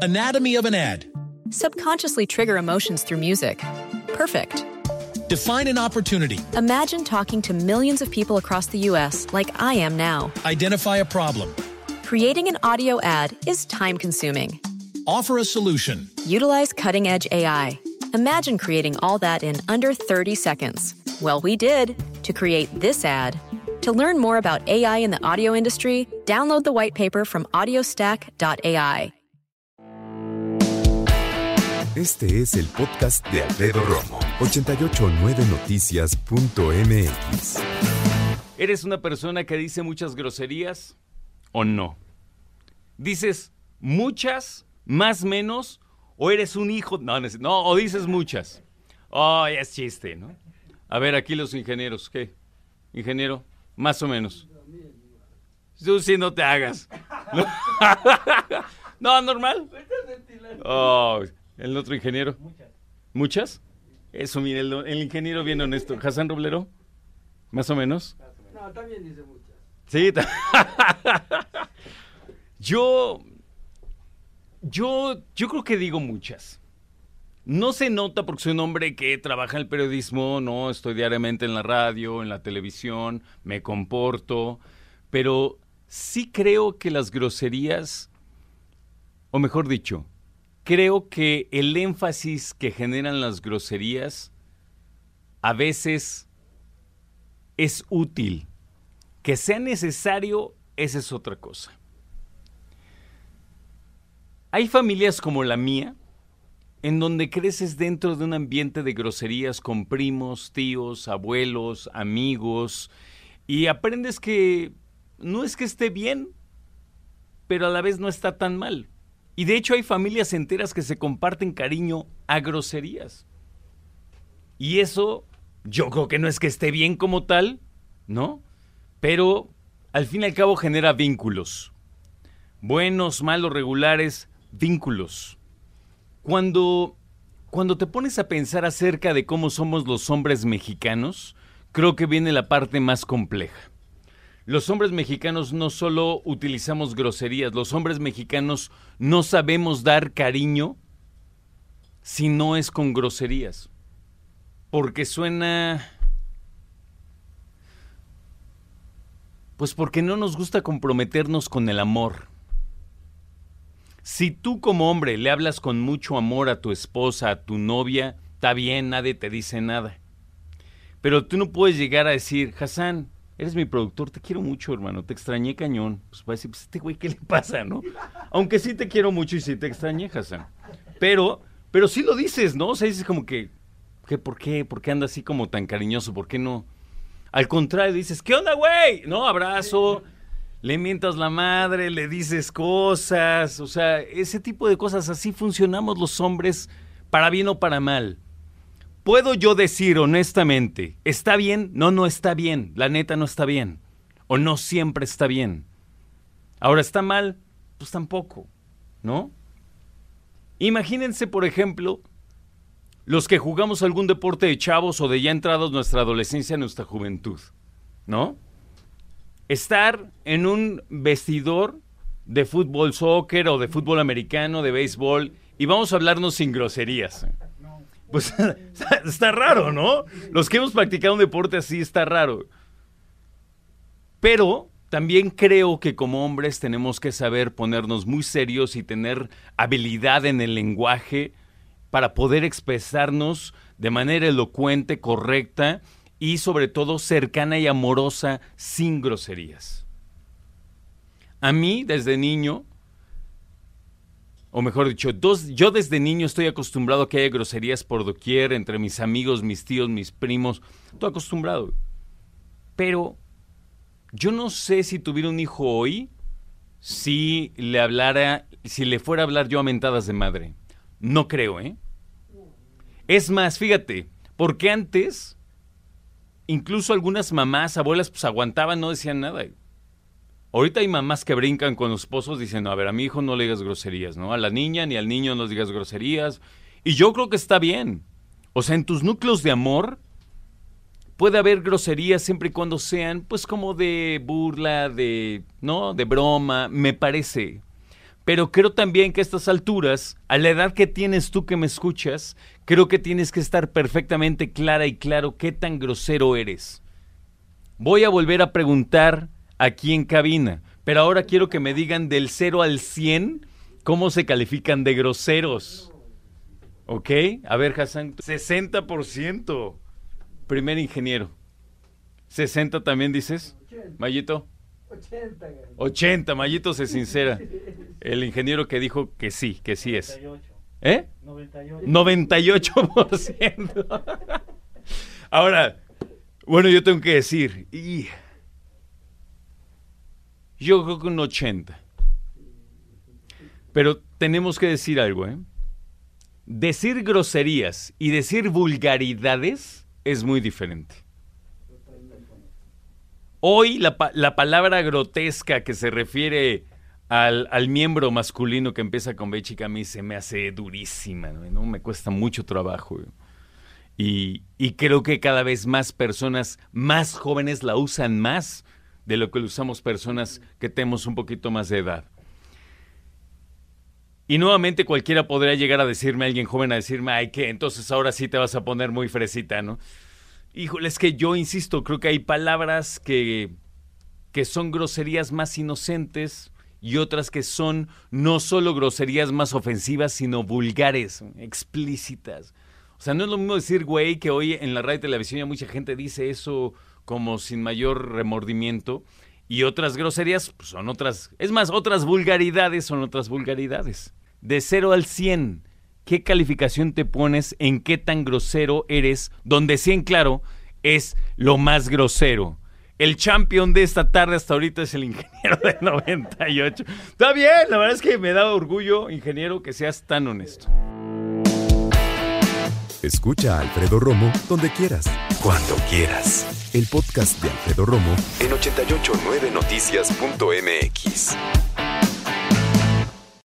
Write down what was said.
Anatomy of an ad. Subconsciously trigger emotions through music. Perfect. Define an opportunity. Imagine talking to millions of people across the U.S. like I am now. Identify a problem. Creating an audio ad is time-consuming. Offer a solution. Utilize cutting-edge AI. Imagine creating all that in under 30 seconds. Well, we did to create this ad. To learn more about AI in the audio industry, download the white paper from audiostack.ai. Este es el podcast de Alfredo Romo, 889noticias.mx. ¿Eres una persona que dice muchas groserías o no? ¿Dices muchas, más menos, o eres un hijo? No, o dices muchas. Oh, ya es chiste, ¿no? A ver, aquí los ingenieros, ¿qué? Ingeniero, más o menos. Tú sí no te hagas. No, normal. Oh, el otro ingeniero. ¿Muchas? Eso, mire, el ingeniero bien honesto. ¿Hassan Roblero? ¿Más o menos? No, también dice muchas. Sí. Yo creo que digo muchas. No se nota porque soy un hombre que trabaja en el periodismo, no estoy diariamente en la radio, en la televisión, me comporto, pero sí creo que las groserías, o mejor dicho, creo que el énfasis que generan las groserías a veces es útil. Que sea necesario, esa es otra cosa. Hay familias como la mía, en donde creces dentro de un ambiente de groserías con primos, tíos, abuelos, amigos, y aprendes que no es que esté bien, pero a la vez no está tan mal. Y de hecho hay familias enteras que se comparten cariño a groserías. Y eso yo creo que no es que esté bien como tal, ¿no? Pero al fin y al cabo genera vínculos. Buenos, malos, regulares, vínculos. Cuando te pones a pensar acerca de cómo somos los hombres mexicanos, creo que viene la parte más compleja. Los hombres mexicanos no solo utilizamos groserías, los hombres mexicanos no sabemos dar cariño si no es con groserías. Porque suena... Pues porque no nos gusta comprometernos con el amor. Si tú como hombre le hablas con mucho amor a tu esposa, a tu novia, está bien, nadie te dice nada. Pero tú no puedes llegar a decir, Hassan, eres mi productor, te quiero mucho, hermano, te extrañé cañón. Pues va a decir, pues este güey, ¿qué le pasa, no? Aunque sí te quiero mucho y sí te extrañé, Hassan. Pero sí lo dices, ¿no? O sea, dices como que ¿por qué? ¿Por qué anda así como tan cariñoso? ¿Por qué no? Al contrario, dices, ¿qué onda, güey? No, abrazo, le mientas la madre, le dices cosas, o sea, ese tipo de cosas, así funcionamos los hombres, para bien o para mal. ¿Puedo yo decir honestamente, ¿está bien? No está bien, la neta no está bien, o no siempre está bien. Ahora, ¿está mal? Pues tampoco, ¿no? Imagínense, por ejemplo, los que jugamos algún deporte de chavos o de ya entrados nuestra adolescencia, nuestra juventud, ¿no? Estar en un vestidor de fútbol, soccer o de fútbol americano, de béisbol, y vamos a hablarnos sin groserías. Pues está raro, ¿no? Los que hemos practicado un deporte así está raro. Pero también creo que como hombres tenemos que saber ponernos muy serios y tener habilidad en el lenguaje para poder expresarnos de manera elocuente, correcta y sobre todo cercana y amorosa, sin groserías. A mí, desde niño, o mejor dicho, yo desde niño estoy acostumbrado a que haya groserías por doquier, entre mis amigos, mis tíos, mis primos, todo acostumbrado. Pero yo no sé si tuviera un hijo hoy, si le fuera a hablar yo a mentadas de madre. No creo, ¿eh? Es más, fíjate, porque antes, incluso algunas mamás, abuelas, pues aguantaban, no decían nada. Ahorita hay mamás que brincan con los esposos diciendo, a ver, a mi hijo no le digas groserías, ¿no? A la niña ni al niño no les digas groserías. Y yo creo que está bien. O sea, en tus núcleos de amor puede haber groserías siempre y cuando sean, pues, como de burla, ¿no? De broma, me parece. Pero creo también que a estas alturas, a la edad que tienes tú que me escuchas, creo que tienes que estar perfectamente clara y claro qué tan grosero eres. Voy a volver a preguntar aquí en cabina, pero ahora quiero que me digan del 0 al 100 cómo se califican de groseros. ¿Ok? A ver, Hassan, 60%. Primer ingeniero. 60 también dices, 80. Mayito. 80. 80, Mayito se sincera. El ingeniero que dijo que sí es. 98. 98%. Ahora, bueno, yo tengo que decir, yo creo que un 80. Pero tenemos que decir algo, ¿eh? Decir groserías y decir vulgaridades es muy diferente. Hoy la palabra grotesca que se refiere al miembro masculino que empieza con B chica a mí se me hace durísima, ¿no? Me cuesta mucho trabajo. Y creo que cada vez más personas más jóvenes la usan más de lo que lo usamos personas que tenemos un poquito más de edad. Y nuevamente cualquiera podría llegar a decirme, alguien joven a decirme, ay, que entonces ahora sí te vas a poner muy fresita, ¿no? Híjole, es que yo insisto, creo que hay palabras que son groserías más inocentes y otras que son no solo groserías más ofensivas, sino vulgares, explícitas. O sea, no es lo mismo decir güey, que hoy en la radio y televisión ya mucha gente dice eso como sin mayor remordimiento, y otras groserías pues, son otras, es más, otras vulgaridades son otras vulgaridades. De 0 al 100, ¿qué calificación te pones en qué tan grosero eres? Donde 100, claro, es lo más grosero. El champion de esta tarde hasta ahorita es el ingeniero de 98. Está bien, la verdad es que me da orgullo, ingeniero, que seas tan honesto. Escucha a Alfredo Romo donde quieras, cuando quieras. El podcast de Alfredo Romo en 889noticias.mx.